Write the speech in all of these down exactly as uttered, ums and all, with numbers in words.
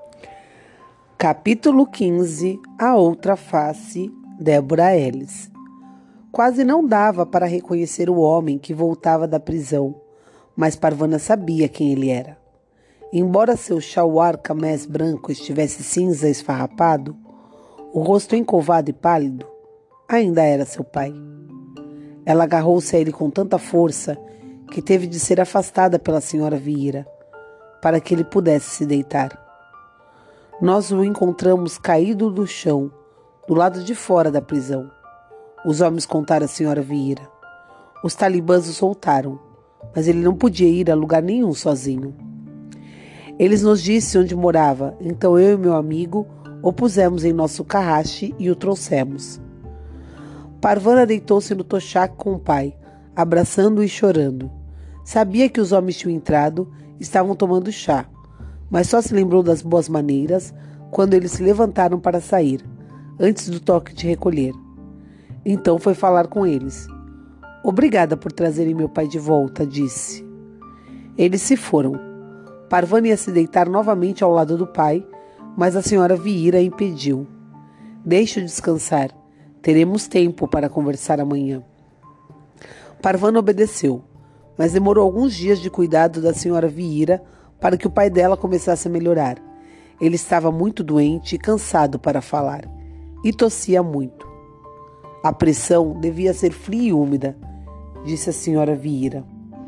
Capítulo quinze. A outra face, Débora Ellis. Quase não dava para reconhecer o homem que voltava da prisão, mas Parvana sabia quem ele era. Embora seu shalwar camés branco estivesse cinza esfarrapado, o rosto encovado e pálido ainda era seu pai. Ela agarrou-se a ele com tanta força que teve de ser afastada pela senhora Vieira, para que ele pudesse se deitar. Nós o encontramos caído do chão, do lado de fora da prisão. Os homens contaram à senhora Vieira. Os talibãs o soltaram, mas ele não podia ir a lugar nenhum sozinho. Eles nos disseram onde morava, então eu e meu amigo o pusemos em nosso carrache e o trouxemos. Parvana deitou-se no tochaque com o pai, abraçando-o e chorando. Sabia que os homens tinham entrado e estavam tomando chá, mas só se lembrou das boas maneiras quando eles se levantaram para sair, antes do toque de recolher. Então foi falar com eles. Obrigada por trazerem meu pai de volta, disse. Eles se foram. Parvana ia se deitar novamente ao lado do pai, mas a senhora Vieira a impediu. Deixe-o descansar. Teremos tempo para conversar amanhã. Parvana obedeceu, mas demorou alguns dias de cuidado da senhora Vieira para que o pai dela começasse a melhorar. Ele estava muito doente e cansado para falar, e tossia muito. A pressão devia ser fria e úmida, disse a senhora Vieira.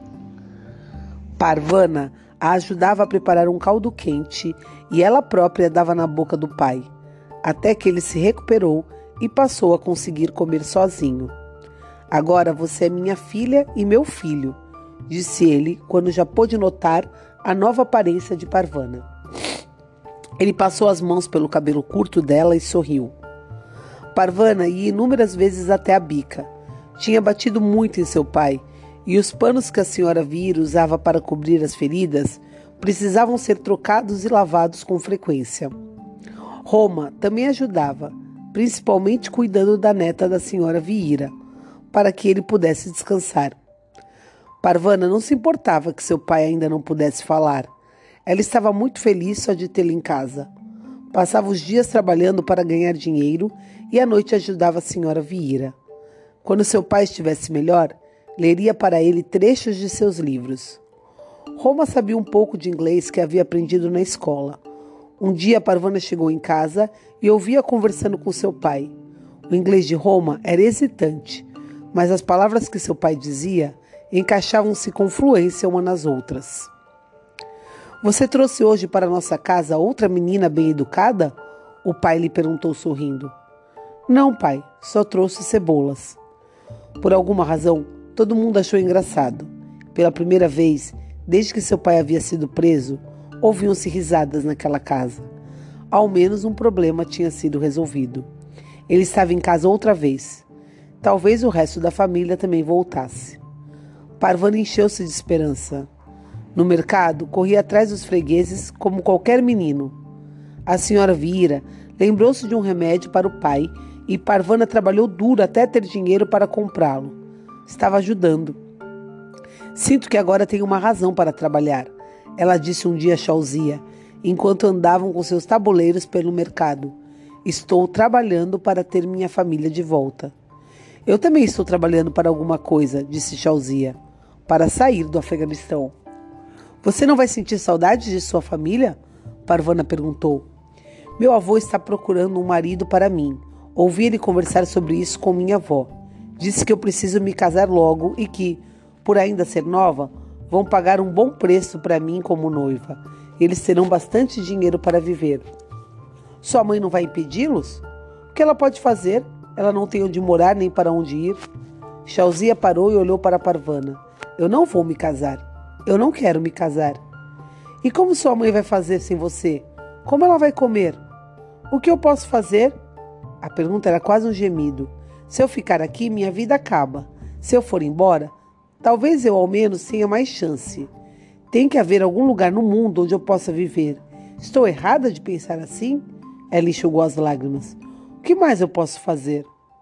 Parvana a ajudava a preparar um caldo quente e ela própria dava na boca do pai, até que ele se recuperou e passou a conseguir comer sozinho. Agora você é minha filha e meu filho, disse ele quando já pôde notar a nova aparência de Parvana. Ele passou as mãos pelo cabelo curto dela e sorriu. Parvana ia inúmeras vezes até a bica. Tinha batido muito em seu pai, e os panos que a senhora Vieira usava para cobrir as feridas precisavam ser trocados e lavados com frequência. Roma também ajudava, principalmente cuidando da neta da senhora Vieira, para que ele pudesse descansar. Parvana não se importava que seu pai ainda não pudesse falar. Ela estava muito feliz só de tê-lo em casa. Passava os dias trabalhando para ganhar dinheiro e à noite ajudava a senhora Vieira. Quando seu pai estivesse melhor, leria para ele trechos de seus livros. Roma sabia um pouco de inglês que havia aprendido na escola. Um dia Parvana chegou em casa e ouvia conversando com seu pai. O inglês de Roma era hesitante, mas as palavras que seu pai dizia encaixavam-se com fluência uma nas outras. Você trouxe hoje para nossa casa outra menina bem educada? O pai lhe perguntou sorrindo. Não, pai, só trouxe cebolas. Por alguma razão, todo mundo achou engraçado. Pela primeira vez, desde que seu pai havia sido preso, ouviam-se risadas naquela casa. Ao menos um problema tinha sido resolvido. Ele estava em casa outra vez. Talvez o resto da família também voltasse. Parvana encheu-se de esperança. No mercado, corria atrás dos fregueses como qualquer menino. A senhora Vieira lembrou-se de um remédio para o pai e Parvana trabalhou duro até ter dinheiro para comprá-lo. Estava ajudando. Sinto que agora tenho uma razão para trabalhar, ela disse um dia a Chauzia, enquanto andavam com seus tabuleiros pelo mercado. Estou trabalhando para ter minha família de volta. Eu também estou trabalhando para alguma coisa, disse Chauzia, para sair do Afeganistão. Você não vai sentir saudades de sua família? Parvana perguntou. Meu avô está procurando um marido para mim. Ouvi ele conversar sobre isso com minha avó. Disse que eu preciso me casar logo e que, por ainda ser nova, vão pagar um bom preço para mim como noiva. Eles terão bastante dinheiro para viver. Sua mãe não vai impedi-los? O que ela pode fazer? Ela não tem onde morar nem para onde ir. Chauzia parou e olhou para Parvana. Eu não vou me casar. Eu não quero me casar. E como sua mãe vai fazer sem você? Como ela vai comer? O que eu posso fazer? A pergunta era quase um gemido. Se eu ficar aqui, minha vida acaba. Se eu for embora, talvez eu ao menos tenha mais chance. Tem que haver algum lugar no mundo onde eu possa viver. Estou errada de pensar assim? Ela enxugou as lágrimas. O que mais eu posso fazer?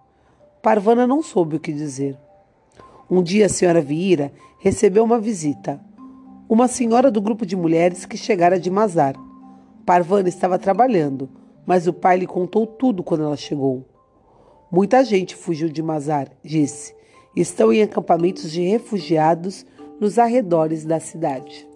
Parvana não soube o que dizer. Um dia a senhora Vieira recebeu uma visita. Uma senhora do grupo de mulheres que chegara de Mazar. Parvana estava trabalhando, mas o pai lhe contou tudo quando ela chegou. Muita gente fugiu de Mazar, disse. Estão em acampamentos de refugiados nos arredores da cidade.